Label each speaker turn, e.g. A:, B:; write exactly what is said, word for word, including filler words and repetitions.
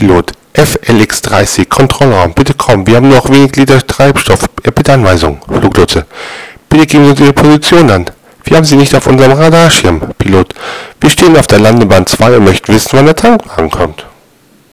A: Pilot. F L X dreißig, Kontrollraum. Bitte kommen, wir haben noch wenig Liter Treibstoff. Bitte Anweisung. Fluglotse. Bitte geben Sie uns Ihre Position an. Wir haben Sie nicht auf unserem Radarschirm. Pilot. Wir stehen auf der Landebahn zwei und möchten wissen, wann der Tankwagen kommt.